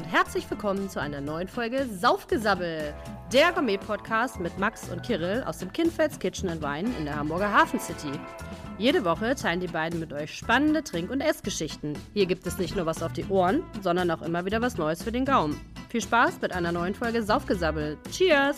herzlich willkommen zu einer neuen Folge Saufgesabbel, der Gourmet-Podcast mit Max und Kirill aus dem Kindfelds Kitchen & Wine in der Hamburger Hafen City. Jede Woche teilen die beiden mit euch spannende Trink- und Essgeschichten. Hier gibt es nicht nur was auf die Ohren, sondern auch immer wieder was Neues für den Gaumen. Viel Spaß mit einer neuen Folge Saufgesabbel. Cheers!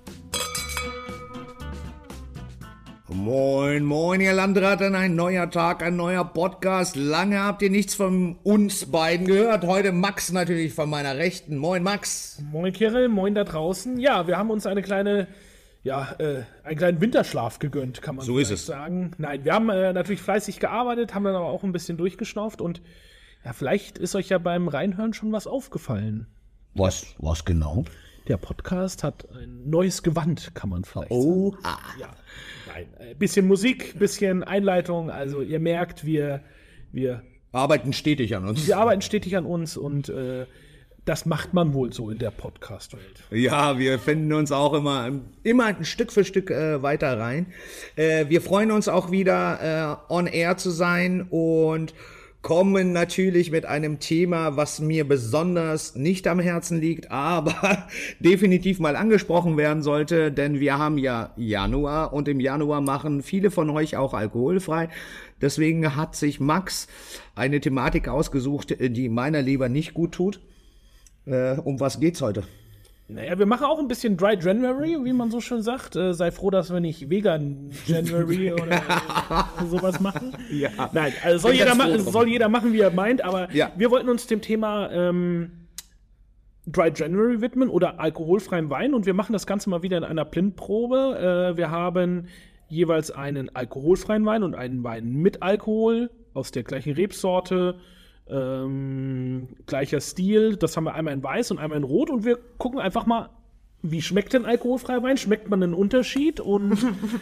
Moin, moin, ihr Landratten, ein neuer Tag, ein neuer Podcast. Lange habt ihr nichts von uns beiden gehört. Heute Max natürlich von meiner Rechten. Moin, Max. Moin, Kirill, moin da draußen. Ja, wir haben uns einen kleinen Winterschlaf gegönnt, kann man so ist es sagen. Nein, wir haben natürlich fleißig gearbeitet, haben dann aber auch ein bisschen durchgeschnauft und ja, vielleicht ist euch ja beim Reinhören schon was aufgefallen. Was genau? Der Podcast hat ein neues Gewand, kann man vielleicht sagen. Ja, nein, bisschen Musik, bisschen Einleitung. Also ihr merkt, wir arbeiten stetig an uns. Wir arbeiten stetig an uns und das macht man wohl so in der Podcast-Welt. Ja, wir finden uns auch immer ein Stück für Stück weiter rein. Wir freuen uns auch wieder on air zu sein und kommen natürlich mit einem Thema, was mir besonders nicht am Herzen liegt, aber definitiv mal angesprochen werden sollte, denn wir haben ja Januar und im Januar machen viele von euch auch alkoholfrei. Deswegen hat sich Max eine Thematik ausgesucht, die meiner Leber nicht gut tut. Um was geht's heute? Naja, wir machen auch ein bisschen Dry January, wie man so schön sagt. Sei froh, dass wir nicht Vegan January oder sowas machen. Ja. Nein, also soll jeder machen, wie er meint, aber ja. Wir wollten uns dem Thema Dry January widmen oder alkoholfreiem Wein und wir machen das Ganze mal wieder in einer Blindprobe. Wir haben jeweils einen alkoholfreien Wein und einen Wein mit Alkohol aus der gleichen Rebsorte. Gleicher Stil, das haben wir einmal in weiß und einmal in rot und wir gucken einfach mal, wie schmeckt denn alkoholfreier Wein? Schmeckt man einen Unterschied? Und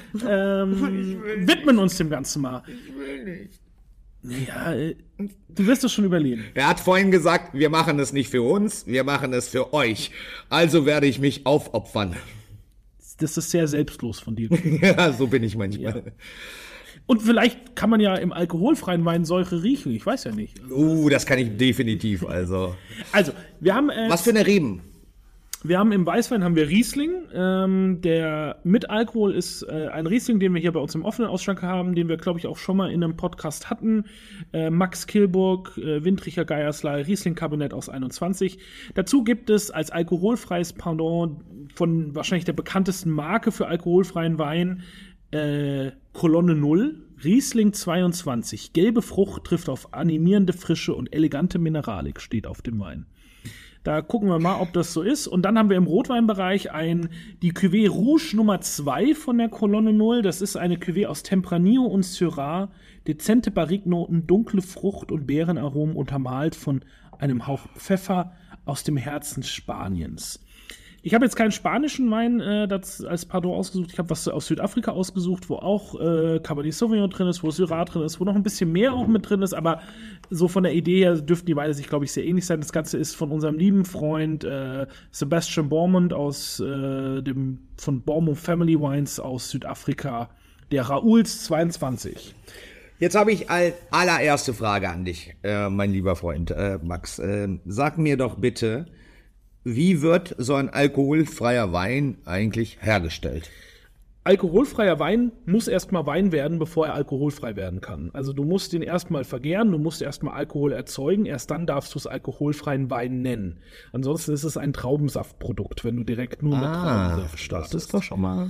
widmen uns dem Ganzen mal. Ich will nicht. Ja, du wirst es schon überleben. Er hat vorhin gesagt, wir machen es nicht für uns, wir machen es für euch. Also werde ich mich aufopfern. Das ist sehr selbstlos von dir. Ja, so bin ich manchmal. Ja. Und vielleicht kann man ja im alkoholfreien Wein Säure riechen. Ich weiß ja nicht. Das kann ich definitiv. Also wir haben was für eine Reben? Wir haben im Weißwein Riesling. Der mit Alkohol ist ein Riesling, den wir hier bei uns im offenen Ausschank haben, den wir, glaube ich, auch schon mal in einem Podcast hatten. Max Kilburg, Windricher Geiersleih, Riesling-Kabinett aus 21. Dazu gibt es als alkoholfreies Pendant von wahrscheinlich der bekanntesten Marke für alkoholfreien Wein Kolonne 0, Riesling 22. Gelbe Frucht trifft auf animierende Frische und elegante Mineralik, steht auf dem Wein. Da gucken wir mal, ob das so ist. Und dann haben wir im Rotweinbereich die Cuvée Rouge Nummer 2 von der Kolonne 0. Das ist eine Cuvée aus Tempranillo und Syrah. Dezente Barrique-Noten, dunkle Frucht- und Beerenaromen untermalt von einem Hauch Pfeffer aus dem Herzen Spaniens. Ich habe jetzt keinen spanischen Wein als Pardon ausgesucht. Ich habe was aus Südafrika ausgesucht, wo auch Cabernet Sauvignon drin ist, wo Syrah drin ist, wo noch ein bisschen mehr auch mit drin ist. Aber so von der Idee her dürften die Weine sich, glaube ich, sehr ähnlich sein. Das Ganze ist von unserem lieben Freund Sebastian Bourmont von Bourmont Family Wines aus Südafrika, der Raoul's 22. Jetzt habe ich allererste Frage an dich, mein lieber Freund Max. Sag mir doch bitte, wie wird so ein alkoholfreier Wein eigentlich hergestellt? Alkoholfreier Wein muss erstmal Wein werden, bevor er alkoholfrei werden kann. Also du musst ihn erstmal vergären, du musst erstmal Alkohol erzeugen, erst dann darfst du es alkoholfreien Wein nennen. Ansonsten ist es ein Traubensaftprodukt, wenn du direkt nur mit Traubensaft startest. Das ist doch schon mal.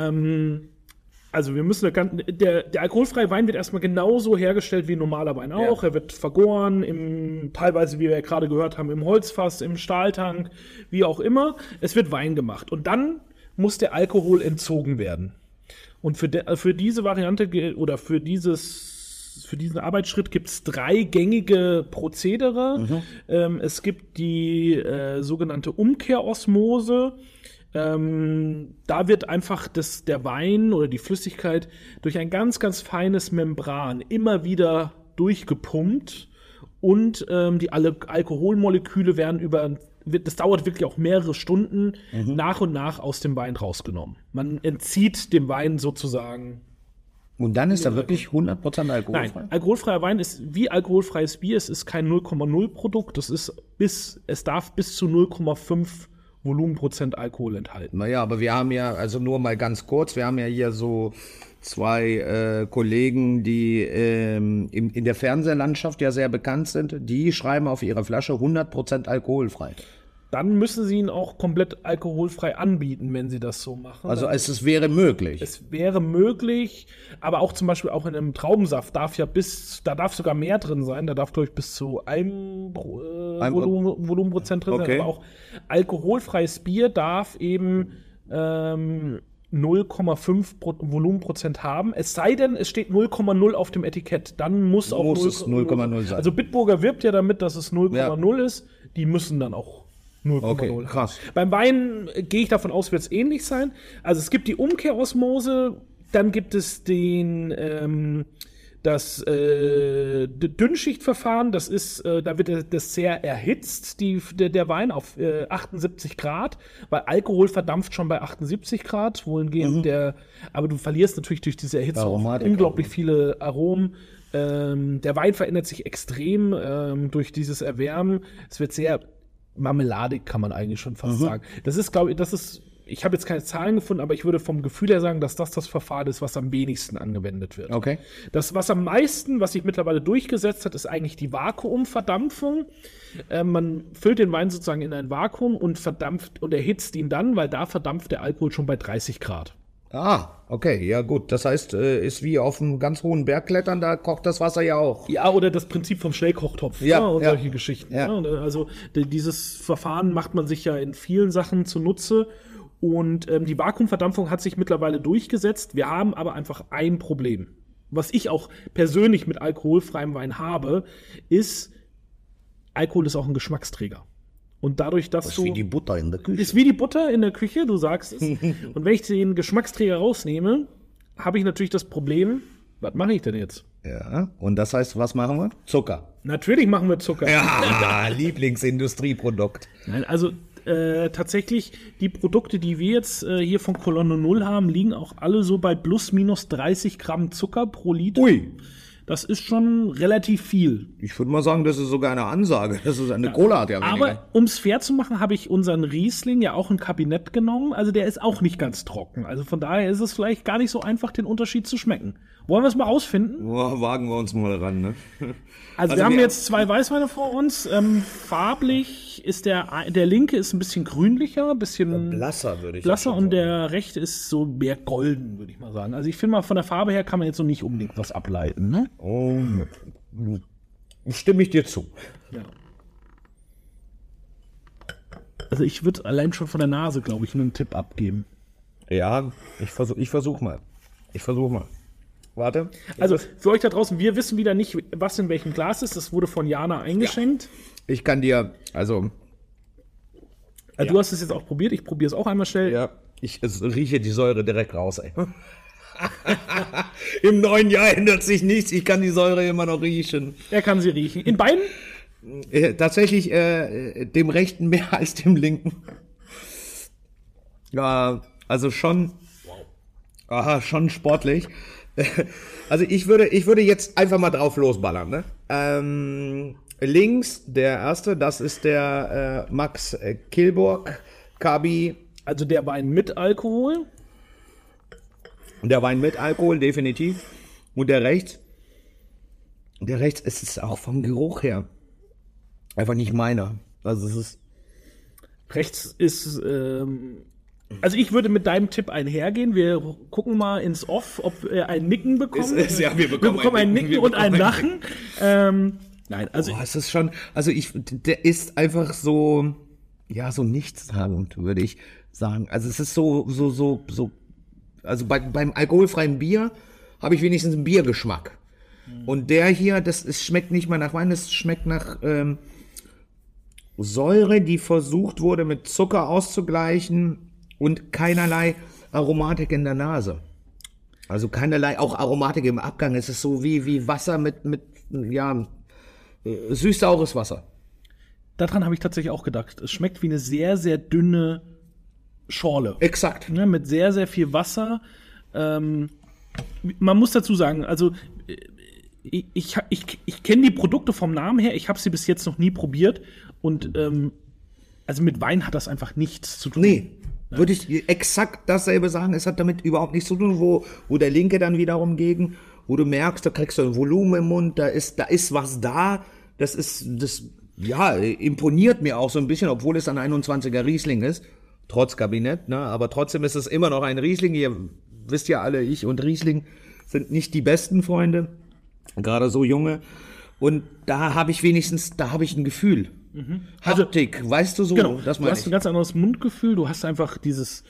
Also wir müssen der alkoholfreie Wein wird erstmal genauso hergestellt wie ein normaler Wein auch. Ja. Er wird vergoren, teilweise, wie wir ja gerade gehört haben, im Holzfass, im Stahltank, wie auch immer. Es wird Wein gemacht. Und dann muss der Alkohol entzogen werden. Und für diese Variante oder für diesen Arbeitsschritt gibt es 3 gängige Prozedere. Es gibt die sogenannte Umkehrosmose. Da wird einfach der Wein oder die Flüssigkeit durch ein ganz, ganz feines Membran immer wieder durchgepumpt und die Alkoholmoleküle das dauert wirklich auch mehrere Stunden, nach und nach aus dem Wein rausgenommen. Man entzieht dem Wein sozusagen Und dann ist da wirklich 100% alkoholfrei? Nein, alkoholfreier Wein ist wie alkoholfreies Bier. Es ist kein 0,0 Produkt. Es darf bis zu 0,5 Volumenprozent Alkohol enthalten. Naja, aber wir haben ja, also nur mal ganz kurz, wir haben ja hier so 2 Kollegen, die in der Fernsehlandschaft ja sehr bekannt sind. Die schreiben auf ihrer Flasche 100% alkoholfrei. Dann müssen sie ihn auch komplett alkoholfrei anbieten, wenn sie das so machen. Also es wäre möglich. Es wäre möglich, aber auch zum Beispiel auch in einem Traubensaft da darf sogar mehr drin sein. Da darf, glaube ich, bis zu einem Volumenprozent drin sein. Aber auch alkoholfreies Bier darf eben 0,5 Volumenprozent haben. Es sei denn, es steht 0,0 auf dem Etikett. Dann muss auch es 0,0 sein. Also Bitburger wirbt ja damit, dass es 0,0 ist. Die müssen dann auch 0,0. Okay, krass. Beim Wein gehe ich davon aus, wird es ähnlich sein. Also es gibt die Umkehrosmose, dann gibt es das Dünnschichtverfahren. Das ist, da wird das sehr erhitzt, der Wein auf 78 Grad, weil Alkohol verdampft schon bei 78 Grad, wohingehend aber du verlierst natürlich durch diese Erhitzung unglaublich viele Aromen. Der Wein verändert sich extrem durch dieses Erwärmen. Es wird sehr marmeladig, kann man eigentlich schon fast sagen. Das ist, glaube ich, ich habe jetzt keine Zahlen gefunden, aber ich würde vom Gefühl her sagen, dass das Verfahren ist, was am wenigsten angewendet wird. Okay. Das, was am meisten, was sich mittlerweile durchgesetzt hat, ist eigentlich die Vakuumverdampfung. Man füllt den Wein sozusagen in ein Vakuum und verdampft und erhitzt ihn dann, weil da verdampft der Alkohol schon bei 30 Grad. Ah, okay, ja gut. Das heißt, ist wie auf einem ganz hohen Berg klettern, da kocht das Wasser ja auch. Ja, oder das Prinzip vom Schnellkochtopf und solche Geschichten. Ja. Also dieses Verfahren macht man sich ja in vielen Sachen zunutze. Und die Vakuumverdampfung hat sich mittlerweile durchgesetzt. Wir haben aber einfach ein Problem. Was ich auch persönlich mit alkoholfreiem Wein habe, ist, Alkohol ist auch ein Geschmacksträger. Und dadurch, dass das ist wie die Butter in der Küche. Ist wie die Butter in der Küche, du sagst es. Und wenn ich den Geschmacksträger rausnehme, habe ich natürlich das Problem, was mache ich denn jetzt? Ja, und das heißt, was machen wir? Zucker. Natürlich machen wir Zucker. Ja, Lieblingsindustrieprodukt. Nein, also tatsächlich, die Produkte, die wir jetzt hier von Colonne 0 haben, liegen auch alle so bei plus minus 30 Gramm Zucker pro Liter. Ui. Das ist schon relativ viel. Ich würde mal sagen, das ist sogar eine Ansage. Das ist eine Cola hat ja weniger. Aber um es fair zu machen, habe ich unseren Riesling ja auch ein Kabinett genommen. Also der ist auch nicht ganz trocken. Also von daher ist es vielleicht gar nicht so einfach, den Unterschied zu schmecken. Wollen wir es mal rausfinden? Boah, wagen wir uns mal ran, ne? Also wir haben jetzt 2 Weißweine vor uns. Farblich ist der linke ist ein bisschen grünlicher, ein bisschen blasser, würde ich sagen. Und der rechte ist so mehr golden, würde ich mal sagen. Also ich finde mal, von der Farbe her kann man jetzt so nicht unbedingt was ableiten, ne? Oh, stimme ich dir zu. Ja. Also ich würde allein schon von der Nase, glaube ich, einen Tipp abgeben. Ja, ich versuch mal. Warte. Also für euch da draußen, wir wissen wieder nicht, was in welchem Glas ist. Das wurde von Jana eingeschenkt. Ja. Ich kann dir, also du hast es jetzt auch probiert. Ich probiere es auch einmal schnell. Ja, ich rieche die Säure direkt raus, ey. Im neuen Jahr ändert sich nichts. Ich kann die Säure immer noch riechen. Er kann sie riechen. In beiden? Tatsächlich dem rechten mehr als dem linken. Ja, also schon. Schon sportlich. Also ich würde jetzt einfach mal drauf losballern. Ne? Links der erste, das ist der Max Kilburg Kabi. Also der Wein mit Alkohol. Der Wein mit Alkohol, definitiv. Und der rechts ist es auch vom Geruch her einfach nicht meiner. Also es ist rechts ist also ich würde mit deinem Tipp einhergehen. Wir gucken mal ins Off, ob wir ein Nicken bekommen. Wir bekommen ein Nicken und ein Lachen. Nein, also es ist schon, also der ist einfach so, ja, so nichtssagend, würde ich sagen. Also es ist so, also beim alkoholfreien Bier habe ich wenigstens einen Biergeschmack. Und der hier, schmeckt nicht mal nach Wein, das schmeckt nach Säure, die versucht wurde mit Zucker auszugleichen und keinerlei Aromatik in der Nase. Also keinerlei auch Aromatik im Abgang. Es ist so wie Wasser mit süß-saures Wasser. Daran habe ich tatsächlich auch gedacht. Es schmeckt wie eine sehr, sehr dünne Schorle. Exakt. Ne, mit sehr, sehr viel Wasser. Man muss dazu sagen, also ich kenne die Produkte vom Namen her, ich habe sie bis jetzt noch nie probiert und also mit Wein hat das einfach nichts zu tun. Nee, würde ich exakt dasselbe sagen. Es hat damit überhaupt nichts zu tun, wo der Linke dann wiederum gegen, wo du merkst, da kriegst du ein Volumen im Mund, da ist was da, das imponiert mir auch so ein bisschen, obwohl es ein 21er Riesling ist, trotz Kabinett, ne, aber trotzdem ist es immer noch ein Riesling. Ihr wisst ja alle, ich und Riesling sind nicht die besten Freunde, gerade so junge. Und da habe ich ein Gefühl. Also, Haptik, weißt du so? Genau, das du hast ein ganz anderes Mundgefühl, du hast einfach es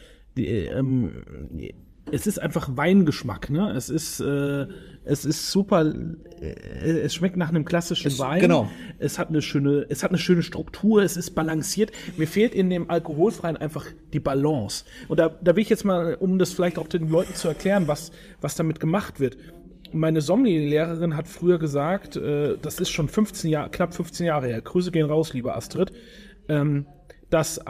ist einfach Weingeschmack, ne? Es ist super, es schmeckt nach einem klassischen Wein. Genau. Es hat eine schöne Struktur, es ist balanciert. Mir fehlt in dem Alkoholfreien einfach die Balance. Und da will ich jetzt mal, um das vielleicht auch den Leuten zu erklären, was damit gemacht wird. Meine Sommelier-Lehrerin hat früher gesagt, das ist schon knapp 15 Jahre her, Grüße gehen raus, liebe Astrid, dass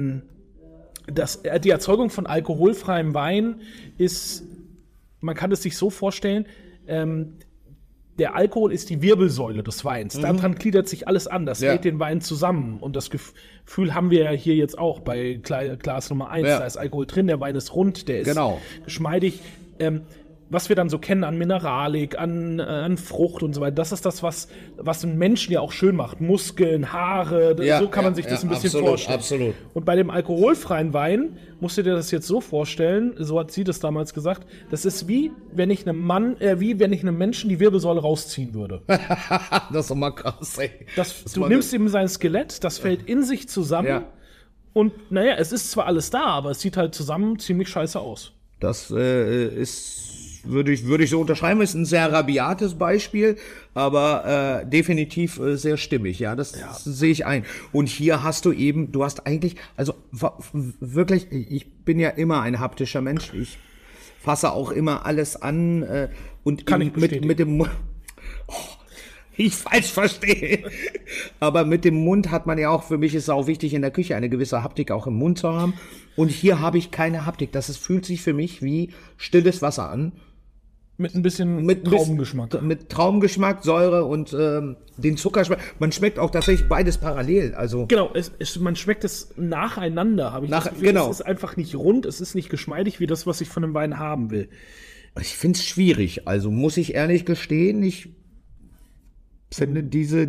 die Erzeugung von alkoholfreiem Wein ist, man kann es sich so vorstellen, der Alkohol ist die Wirbelsäule des Weins. Daran gliedert sich alles an, das hält den Wein zusammen. Und das Gefühl haben wir ja hier jetzt auch bei Glas Nummer 1, da ist Alkohol drin, der Wein ist rund, der ist geschmeidig. Was wir dann so kennen an Mineralik, an Frucht und so weiter, das ist das, was einen Menschen ja auch schön macht. Muskeln, Haare, so kann man sich das ein bisschen vorstellen. Absolut. Und bei dem alkoholfreien Wein musst du dir das jetzt so vorstellen, so hat sie das damals gesagt, das ist wie wenn ich einem Menschen die Wirbelsäule rausziehen würde. Das ist doch mal krass, ey. Du nimmst ihm sein Skelett, das fällt in sich zusammen und naja, es ist zwar alles da, aber es sieht halt zusammen ziemlich scheiße aus. Das würde ich so unterschreiben, ist ein sehr rabiates Beispiel, aber definitiv sehr stimmig, das sehe ich ein. Und hier hast du eigentlich, also wirklich, ich bin ja immer ein haptischer Mensch, ich fasse auch immer alles an und kann ich mit dem Mund, ich falsch verstehe, aber mit dem Mund hat man ja auch, für mich ist es auch wichtig in der Küche eine gewisse Haptik auch im Mund zu haben und hier habe ich keine Haptik, fühlt sich für mich wie stilles Wasser an. Mit ein bisschen Traubengeschmack. Mit Traubengeschmack, Säure und den Zuckerschmack. Man schmeckt auch tatsächlich beides parallel. Also genau, man schmeckt es nacheinander. Es ist einfach nicht rund, es ist nicht geschmeidig wie das, was ich von einem Wein haben will. Ich finde es schwierig. Also muss ich ehrlich gestehen, ich finde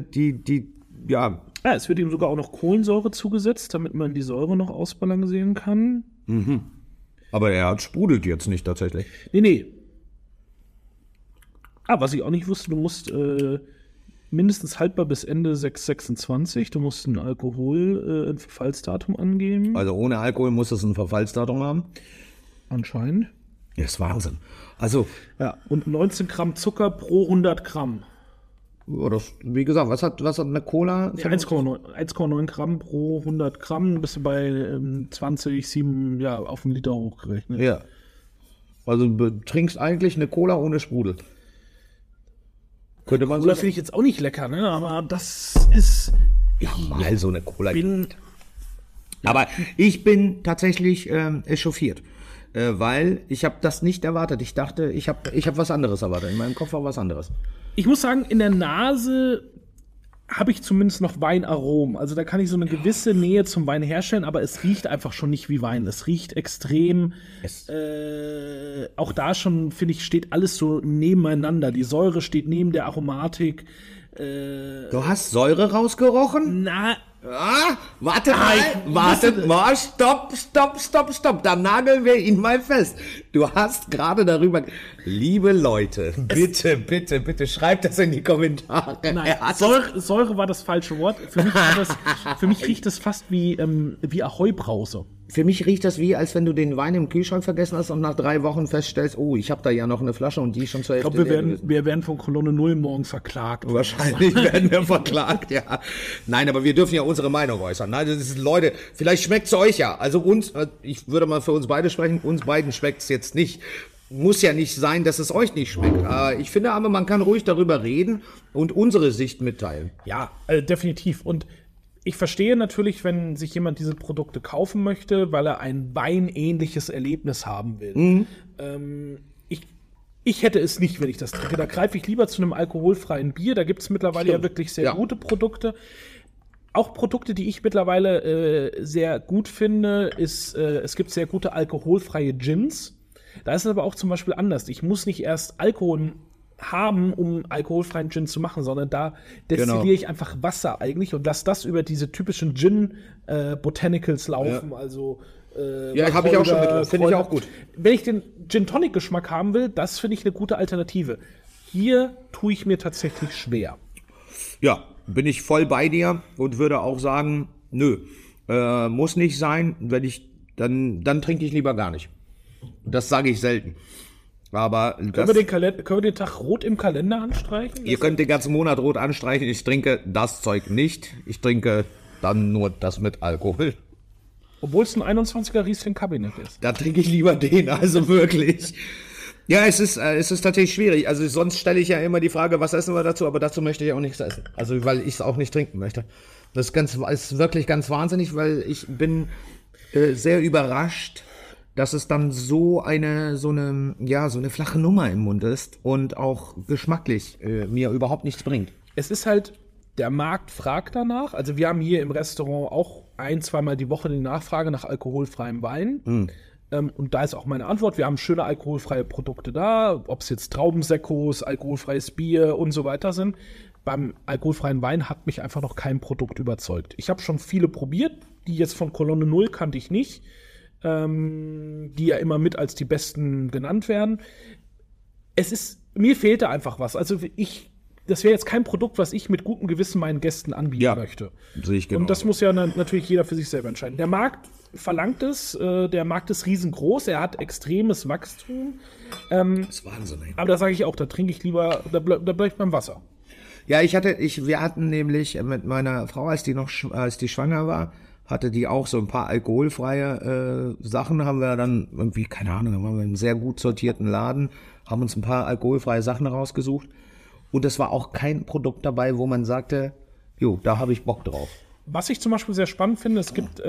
es wird ihm sogar auch noch Kohlensäure zugesetzt, damit man die Säure noch ausbalancieren kann. Mhm. Aber er sprudelt jetzt nicht tatsächlich. Nee. Was ich auch nicht wusste, du musst mindestens haltbar bis Ende 626. Du musst ein ein Verfallsdatum angeben. Also ohne Alkohol muss es ein Verfallsdatum haben? Anscheinend. Ja, ist Wahnsinn. Also und 19 Gramm Zucker pro 100 Gramm. Wie gesagt, was hat eine Cola? 1,9 Gramm pro 100 Gramm, bist du bei 7 auf einen Liter hochgerechnet. Ja. Also du trinkst eigentlich eine Cola ohne Sprudel. Könnte man Cola finde ich jetzt auch nicht lecker, ne? Aber das ist... mal so eine Cola. Aber ich bin tatsächlich echauffiert, weil ich habe das nicht erwartet. Ich dachte, ich hab was anderes erwartet. In meinem Kopf war was anderes. Ich muss sagen, in der Nase habe ich zumindest noch Weinaromen. Also da kann ich so eine gewisse Nähe zum Wein herstellen, aber es riecht einfach schon nicht wie Wein. Es riecht extrem. Auch da schon, finde ich, steht alles so nebeneinander. Die Säure steht neben der Aromatik. Du hast Säure rausgerochen? Warte mal, stopp. Da nageln wir ihn mal fest. Du hast gerade darüber... Liebe Leute, bitte, schreibt das in die Kommentare. Nein, Säure war das falsche Wort. Für mich riecht es fast wie Ahoi-Brause. Für mich riecht das wie, als wenn du den Wein im Kühlschrank vergessen hast und nach 3 Wochen feststellst, ich habe da ja noch eine Flasche und die ist schon zur Hälfte. Ich glaube, wir werden von Kolonne 0 morgen verklagt. Wahrscheinlich werden wir verklagt, ja. Nein, aber wir dürfen ja unsere Meinung äußern. Nein, das ist, Leute, vielleicht schmeckt es euch ja. Also ich würde mal für uns beide sprechen, uns beiden schmeckt es jetzt nicht. Muss ja nicht sein, dass es euch nicht schmeckt. Ich finde aber, man kann ruhig darüber reden und unsere Sicht mitteilen. Ja, definitiv. Und ich verstehe natürlich, wenn sich jemand diese Produkte kaufen möchte, weil er ein weinähnliches Erlebnis haben will. Ich Ich hätte es nicht, wenn ich das trinke. Da greife ich lieber zu einem alkoholfreien Bier. Da gibt es mittlerweile ja wirklich sehr gute Produkte. Auch Produkte, die ich mittlerweile sehr gut finde, es gibt sehr gute alkoholfreie Gins. Da ist es aber auch zum Beispiel anders. Ich muss nicht erst Alkohol haben, um alkoholfreien Gin zu machen, sondern da destilliere ich einfach Wasser eigentlich und lasse das über diese typischen Gin-Botanicals laufen. Also habe ich auch schon mit. Finde ich auch gut. Wenn ich den Gin-Tonic-Geschmack haben will, das finde ich eine gute Alternative. Hier tue ich mir tatsächlich schwer. Ja, bin ich voll bei dir und würde auch sagen, nö, muss nicht sein. Wenn ich, dann trinke ich lieber gar nicht. Das sage ich selten. Aber können wir den Tag rot im Kalender anstreichen? Ihr könnt den ganzen Monat rot anstreichen. Ich trinke das Zeug nicht. Ich trinke dann nur das mit Alkohol. Obwohl es ein 21er Riesling-Kabinett ist. Da trinke ich lieber den, also wirklich. Ja, es ist tatsächlich schwierig. Also sonst stelle ich ja immer die Frage, was essen wir dazu? Aber dazu möchte ich auch nichts essen. Also weil ich es auch nicht trinken möchte. Das ist wirklich ganz wahnsinnig, weil ich bin sehr überrascht, dass es dann so eine flache Nummer im Mund ist und auch geschmacklich mir überhaupt nichts bringt. Es ist halt, der Markt fragt danach. Also wir haben hier im Restaurant auch 1-2 Mal die Woche die Nachfrage nach alkoholfreiem Wein. Und da ist auch meine Antwort. Wir haben schöne alkoholfreie Produkte da, ob es jetzt Traubensekkos, alkoholfreies Bier und so weiter sind. Beim alkoholfreien Wein hat mich einfach noch kein Produkt überzeugt. Ich habe schon viele probiert, die jetzt von Kolonne 0 kannte ich nicht, die ja immer mit als die besten genannt werden. Mir fehlte einfach was. Also das wäre jetzt kein Produkt, was ich mit gutem Gewissen meinen Gästen anbieten möchte. Sehe ich genau. Und das muss ja natürlich jeder für sich selber entscheiden. Der Markt verlangt es, der Markt ist riesengroß, er hat extremes Wachstum. Das ist Wahnsinn. Aber da sage ich auch, da trinke ich lieber, da bleib ich beim Wasser. Ja, wir hatten nämlich mit meiner Frau, als die schwanger war, hatte die auch so ein paar alkoholfreie Sachen, haben wir dann irgendwie, keine Ahnung, haben wir in einem sehr gut sortierten Laden, haben uns ein paar alkoholfreie Sachen rausgesucht. Und es war auch kein Produkt dabei, wo man sagte, jo, da habe ich Bock drauf. Was ich zum Beispiel sehr spannend finde, es gibt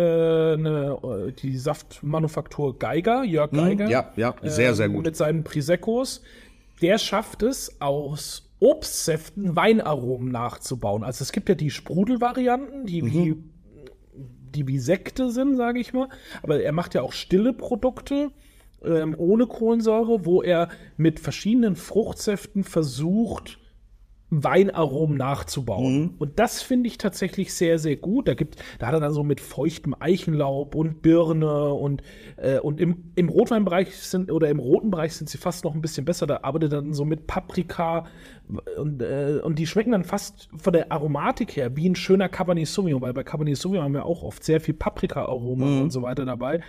die Saftmanufaktur Geiger, Jörg Geiger. Ja, sehr, sehr gut. Mit seinen Priseccos. Der schafft es, aus Obstsäften Weinaromen nachzubauen. Also es gibt ja die Sprudelvarianten, die wie Sekte sind, sage ich mal. Aber er macht ja auch stille Produkte ohne Kohlensäure, wo er mit verschiedenen Fruchtsäften versucht, Weinaromen nachzubauen. Und das finde ich tatsächlich sehr, sehr gut. Da hat er dann so mit feuchtem Eichenlaub und Birne und im Rotweinbereich im roten Bereich sind sie fast noch ein bisschen besser. Da arbeitet er dann so mit Paprika und die schmecken dann fast von der Aromatik her wie ein schöner Cabernet Sauvignon, weil bei Cabernet Sauvignon haben wir auch oft sehr viel Paprika-Aromen und so weiter dabei.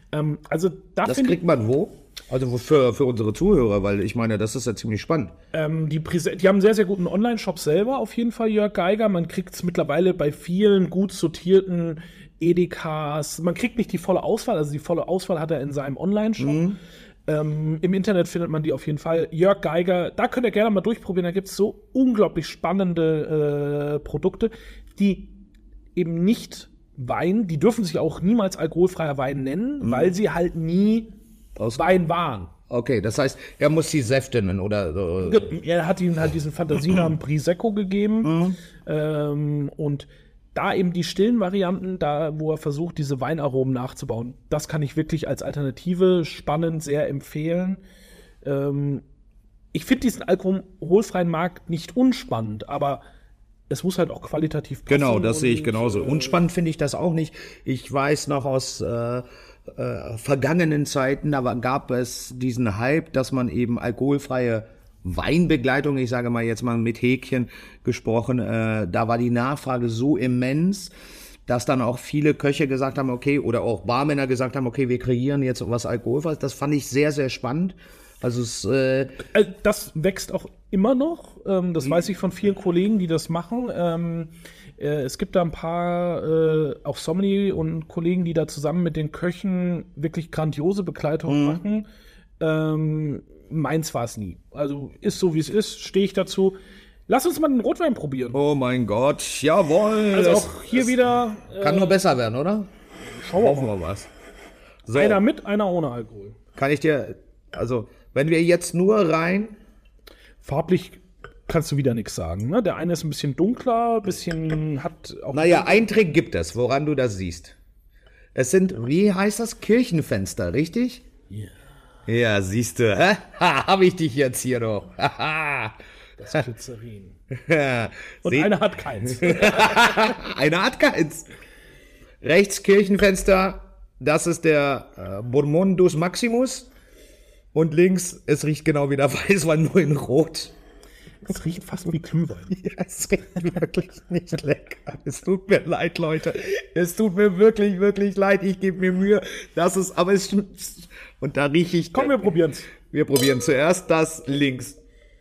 Das kriegt man wo? Also für unsere Zuhörer, weil ich meine, das ist ja ziemlich spannend. Die haben einen sehr, sehr guten Online-Shop selber, auf jeden Fall, Jörg Geiger. Man kriegt es mittlerweile bei vielen gut sortierten Edekas. Man kriegt nicht die volle Auswahl, also die volle Auswahl hat er in seinem Online-Shop. Im Internet findet man die auf jeden Fall. Jörg Geiger, da könnt ihr gerne mal durchprobieren. Da gibt es so unglaublich spannende Produkte, die eben nicht Wein, die dürfen sich auch niemals alkoholfreier Wein nennen, weil sie halt nie Wein waren. Okay, das heißt, er muss die Säfte nennen, oder? Er hat ihnen halt diesen Fantasienamen Prisecco gegeben. Und da eben die stillen Varianten, da wo er versucht, diese Weinaromen nachzubauen, das kann ich wirklich als Alternative spannend sehr empfehlen. Ich finde diesen alkoholfreien Markt nicht unspannend, aber es muss halt auch qualitativ passen. Genau, das sehe ich genauso. Unspannend finde ich das auch nicht. Ich weiß noch aus vergangenen Zeiten, da gab es diesen Hype, dass man eben alkoholfreie Weinbegleitung, ich sage mal jetzt mal mit Häkchen gesprochen, da war die Nachfrage so immens, dass dann auch viele Köche gesagt haben, okay, oder auch Barmänner gesagt haben, okay, wir kreieren jetzt was alkoholfreies. Das fand ich sehr, sehr spannend. Also das wächst auch immer noch. Das weiß ich von vielen Kollegen, die das machen. Es gibt da ein paar, auch Sommelier und Kollegen, die da zusammen mit den Köchen wirklich grandiose Begleitungen machen. Meins war es nie. Also ist so, wie es ist, stehe ich dazu. Lass uns mal den Rotwein probieren. Oh mein Gott, jawohl. Also auch hier wieder. Kann nur besser werden, oder? Schauen wir mal was. So. Einer mit, einer ohne Alkohol. Kann ich dir, also Wenn wir jetzt nur rein... Farblich kannst du wieder nichts sagen. Ne? Der eine ist ein bisschen dunkler, ein bisschen hat auch... Naja, ein Trick gibt es, woran du das siehst. Es sind, wie heißt das, Kirchenfenster, richtig? Ja. Ja, siehst du, hab ich dich jetzt hier noch. Das Glycerin. Ja, Und einer hat keins. einer hat keins. Rechts Kirchenfenster, das ist der Bourmondus Maximus. Und links, es riecht genau wie der Weißwein, nur in Rot. Es riecht fast wie Glühwein. Ja, es riecht wirklich nicht lecker. Es tut mir leid, Leute. Es tut mir wirklich, wirklich leid. Ich gebe mir Mühe. Aber es... Und da rieche ich... Komm, wir probieren's. Wir probieren zuerst das links.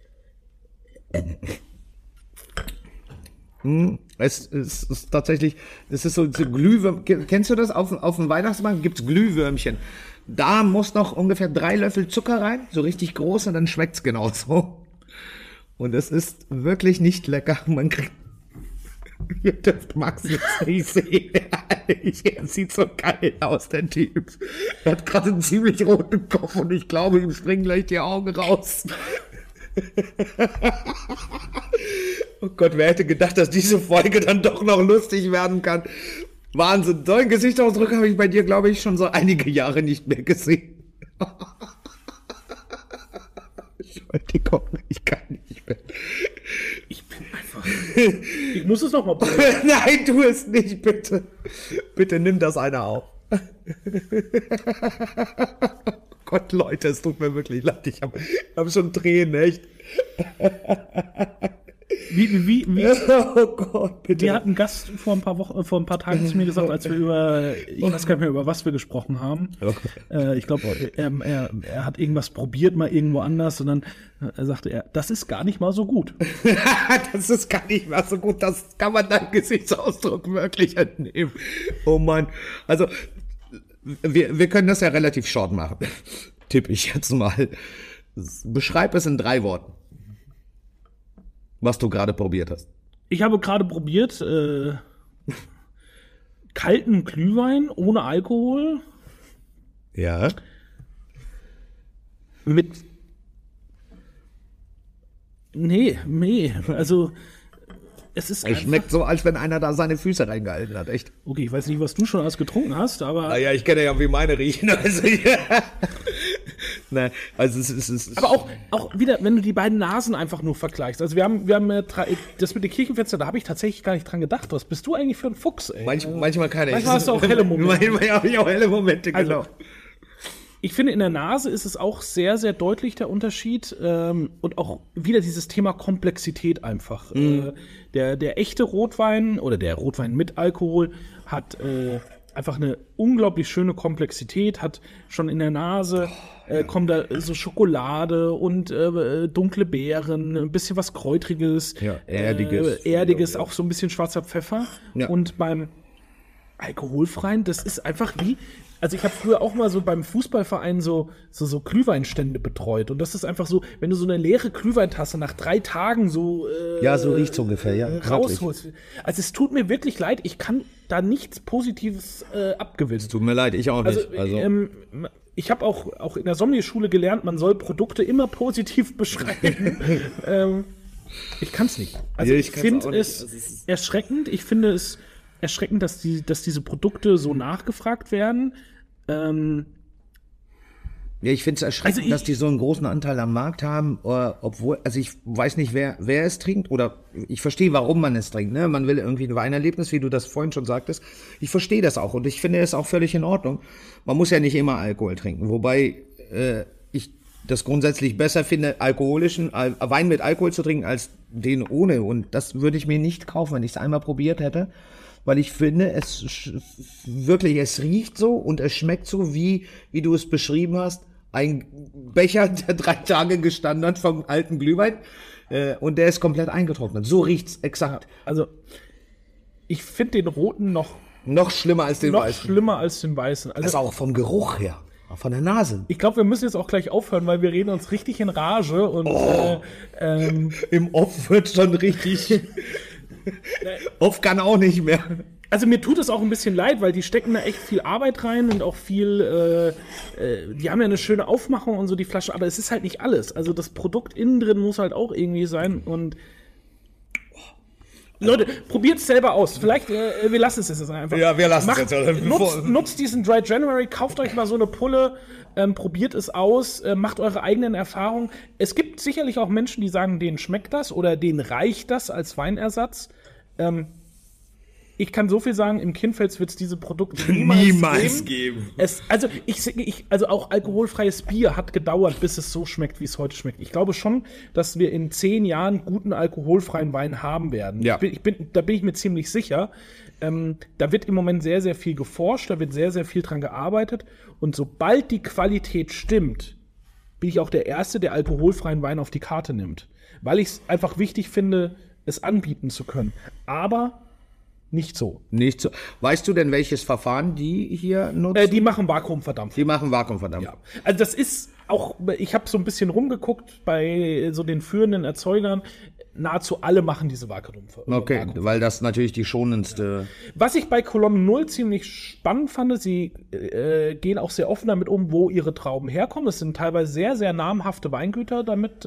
Es ist tatsächlich, es ist so Glühwürmchen. Kennst du das? Auf dem Weihnachtsmarkt gibt's Glühwürmchen. Da muss noch ungefähr 3 Löffel Zucker rein, so richtig groß, und dann schmeckt's genauso. Und es ist wirklich nicht lecker. Man kriegt... Ihr dürft Max jetzt nicht sehen. Er sieht so geil aus, der Typ. Er hat gerade einen ziemlich roten Kopf und ich glaube, ihm springen gleich die Augen raus. Oh Gott, wer hätte gedacht, dass diese Folge dann doch noch lustig werden kann. Wahnsinn, so einen Gesichtsausdruck habe ich bei dir, glaube ich, schon so einige Jahre nicht mehr gesehen. Entschuldigung, ich kann nicht mehr. Ich bin einfach... Ich muss es noch mal probieren. Nein, tu es nicht, bitte. Bitte nimm das einer auf. Gott, Leute, es tut mir wirklich leid. Ich hab schon Tränen, echt. Wie? Oh Gott, bitte. Wir hatten einen Gast vor ein paar Tagen zu mir gesagt, als wir ich weiß gar nicht mehr, über was wir gesprochen haben. Ich glaube, er hat irgendwas probiert, mal irgendwo anders, und dann sagte er, das ist gar nicht mal so gut. Das ist gar nicht mal so gut, das kann man deinem Gesichtsausdruck wirklich entnehmen. Oh Mann, also, wir können das ja relativ short machen. Tippe ich jetzt mal. Beschreib es in 3 Worten. Was du gerade probiert hast. Ich habe gerade probiert, kalten Glühwein ohne Alkohol. Ja. Nee, also es ist Es schmeckt so, als wenn einer da seine Füße reingehalten hat, echt. Okay, ich weiß nicht, was du schon alles getrunken hast, aber... Naja, ich kenne ja, wie meine riechen. Also, ja. Nein, also es ist... Aber auch wieder, wenn du die beiden Nasen einfach nur vergleichst. Also wir haben das mit den Kirchenfenstern, da habe ich tatsächlich gar nicht dran gedacht. Was bist du eigentlich für ein Fuchs, ey? Manchmal kann ich. Manchmal hast du auch helle Momente. Manchmal habe ich auch helle Momente, genau. Also, ich finde, in der Nase ist es auch sehr, sehr deutlich, der Unterschied. Und auch wieder dieses Thema Komplexität einfach. Der echte Rotwein oder der Rotwein mit Alkohol hat einfach eine unglaublich schöne Komplexität, hat schon in der Nase, kommt da so Schokolade und dunkle Beeren, ein bisschen was Kräutriges, Ja, Erdiges. Erdiges, auch so ein bisschen schwarzer Pfeffer. Ja. Und beim Alkoholfreien, das ist einfach wie... Also ich habe früher auch mal so beim Fußballverein so Glühweinstände betreut. Und das ist einfach so, wenn du so eine leere Glühweintasse nach 3 Tagen so Ja, so riecht's ungefähr, ja. rausholst. Also es tut mir wirklich leid, ich kann da nichts Positives abgewinnen. Tut mir leid, ich auch nicht. Ich habe auch in der Sommelier-Schule gelernt, man soll Produkte immer positiv beschreiben. Ich kann es nicht. Also Ja, ich kann's finde auch nicht. es erschreckend. Ich finde es erschreckend, dass diese Produkte so nachgefragt werden. Ja, ich finde es erschreckend, dass die so einen großen Anteil am Markt haben, obwohl, also ich weiß nicht, wer es trinkt, oder ich verstehe, warum man es trinkt, ne? Man will irgendwie ein Weinerlebnis, wie du das vorhin schon sagtest. Ich verstehe das auch und ich finde es auch völlig in Ordnung. Man muss ja nicht immer Alkohol trinken, wobei ich das grundsätzlich besser finde, alkoholischen Wein mit Alkohol zu trinken, als den ohne. Und das würde ich mir nicht kaufen, wenn ich es einmal probiert hätte. Weil ich finde, es riecht so und es schmeckt so, wie du es beschrieben hast. Ein Becher, der 3 Tage gestanden hat vom alten Glühwein und der ist komplett eingetrocknet. So riecht's exakt. Also ich finde den roten noch schlimmer als den weißen. schlimmer als den weißen. Also Also auch vom Geruch her, auch von der Nase. ich glaube, wir müssen jetzt auch gleich aufhören, weil wir reden uns richtig in Rage und Im Off wird schon richtig. Off kann auch nicht mehr. Also mir tut es auch ein bisschen leid, weil die stecken da echt viel Arbeit rein und auch viel, die haben ja eine schöne Aufmachung und so, die Flasche, aber es ist halt nicht alles. Also das Produkt innen drin muss halt auch irgendwie sein und Leute, probiert es selber aus. Vielleicht, wir lassen es jetzt einfach. Ja, wir lassen es jetzt. Nutzt diesen Dry January, kauft euch mal so eine Pulle, probiert es aus, macht eure eigenen Erfahrungen. Es gibt sicherlich auch Menschen, die sagen, denen schmeckt das oder denen reicht das als Weinersatz. Ich kann so viel sagen, im Kinnfels wird es diese Produkte niemals geben. Also auch alkoholfreies Bier hat gedauert, bis es so schmeckt, wie es heute schmeckt. Ich glaube schon, dass wir in 10 Jahren guten alkoholfreien Wein haben werden. Ja. Da bin ich mir ziemlich sicher. Da wird im Moment sehr, sehr viel geforscht, da wird sehr, sehr viel dran gearbeitet. Und sobald die Qualität stimmt, bin ich auch der Erste, der alkoholfreien Wein auf die Karte nimmt. Weil ich es einfach wichtig finde, es anbieten zu können. Aber nicht so. Weißt du denn, welches Verfahren die hier nutzen? Die machen Vakuumverdampfung. Ja. Also das ist auch, ich habe so ein bisschen rumgeguckt bei so den führenden Erzeugern. Nahezu alle machen diese Vakuumverdampfung. Okay, weil das natürlich die schonendste. Was ich bei Colonne 0 ziemlich spannend fand, sie gehen auch sehr offen damit um, wo ihre Trauben herkommen. Es sind teilweise sehr, sehr namhafte Weingüter damit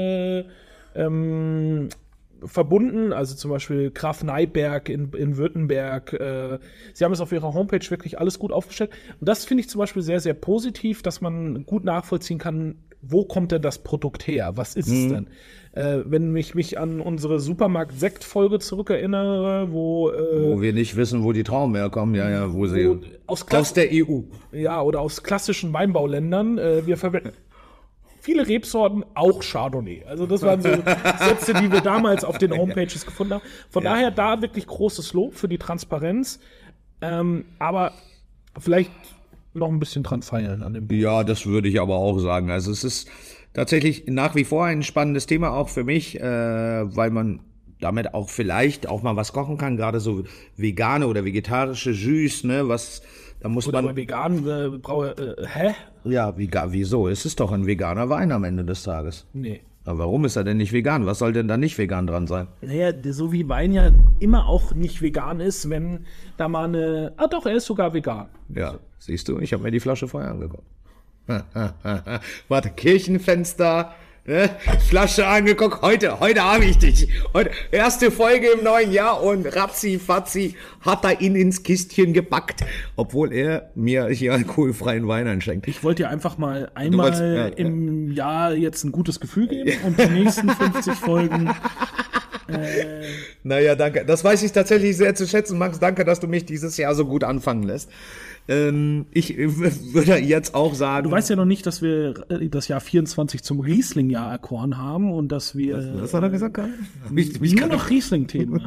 verbunden, also zum Beispiel Graf Neiberg in Württemberg. Sie haben es auf ihrer Homepage wirklich alles gut aufgestellt. Und das finde ich zum Beispiel sehr, sehr positiv, dass man gut nachvollziehen kann, wo kommt denn das Produkt her? Was ist es denn? Wenn ich mich an unsere Supermarkt-Sekt-Folge zurückerinnere, wo wir nicht wissen, wo die Trauben herkommen, wo sie aus der EU. Ja, oder aus klassischen Weinbauländern. Wir verwenden viele Rebsorten, auch Chardonnay. Also das waren so Sätze, die wir damals auf den Homepages gefunden haben. Von daher da wirklich großes Lob für die Transparenz. Aber vielleicht noch ein bisschen dran feilen an dem Buch. Ja, das würde ich aber auch sagen. Also es ist tatsächlich nach wie vor ein spannendes Thema auch für mich, weil man damit auch vielleicht auch mal was kochen kann, gerade so vegane oder vegetarische Jus, ne, da muss oder man vegan hä? Ja, wieso? Es ist doch ein veganer Wein am Ende des Tages. Nee. Aber warum ist er denn nicht vegan? Was soll denn da nicht vegan dran sein? Naja, so wie Wein ja immer auch nicht vegan ist, wenn da mal doch, er ist sogar vegan. Ja, siehst du, ich habe mir die Flasche vorher angeguckt. Warte, Kirchenfenster, ne? Flasche angeguckt, heute habe ich dich. Heute, erste Folge im neuen Jahr und ratzi-fatzi hat er ihn ins Kistchen gepackt, obwohl er mir hier alkoholfreien Wein einschenkt. Ich wollte dir einfach mal einmal im Jahr jetzt ein gutes Gefühl geben und die nächsten 50 Folgen. Naja, danke. Das weiß ich tatsächlich sehr zu schätzen, Max. Danke, dass du mich dieses Jahr so gut anfangen lässt. Ich würde jetzt auch sagen... Du weißt ja noch nicht, dass wir das Jahr 24 zum Riesling-Jahr erkoren haben und dass wir... Was hat er gesagt? Nur noch Riesling-Themen.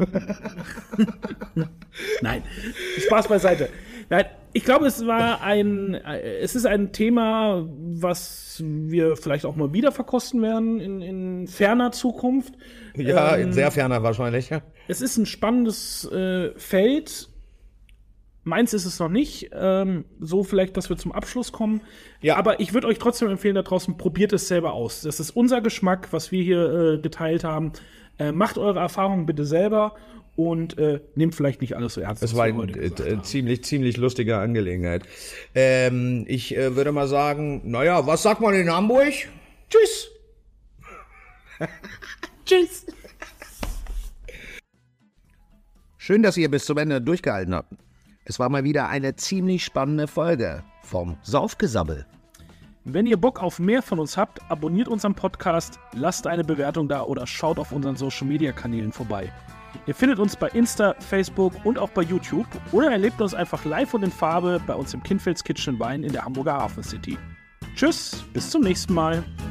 Nein, Spaß beiseite. Nein, ich glaube, es ist ein Thema, was wir vielleicht auch mal wieder verkosten werden in ferner Zukunft. Ja, in sehr ferner wahrscheinlich. Ja. Es ist ein spannendes Feld. Meins ist es noch nicht. So vielleicht, dass wir zum Abschluss kommen. Ja. Aber ich würde euch trotzdem empfehlen, da draußen, probiert es selber aus. Das ist unser Geschmack, was wir hier geteilt haben. Macht eure Erfahrungen bitte selber und nehmt vielleicht nicht alles so ernst. Es war eine ziemlich lustige Angelegenheit. Ich würde mal sagen, naja, was sagt man in Hamburg? Tschüss. Tschüss. Schön, dass ihr bis zum Ende durchgehalten habt. Es war mal wieder eine ziemlich spannende Folge vom Saufgesabbel. Wenn ihr Bock auf mehr von uns habt, abonniert unseren Podcast, lasst eine Bewertung da oder schaut auf unseren Social-Media-Kanälen vorbei. Ihr findet uns bei Insta, Facebook und auch bei YouTube oder erlebt uns einfach live und in Farbe bei uns im Kinnfels Kitchen Wein in der Hamburger Hafen City. Tschüss, bis zum nächsten Mal.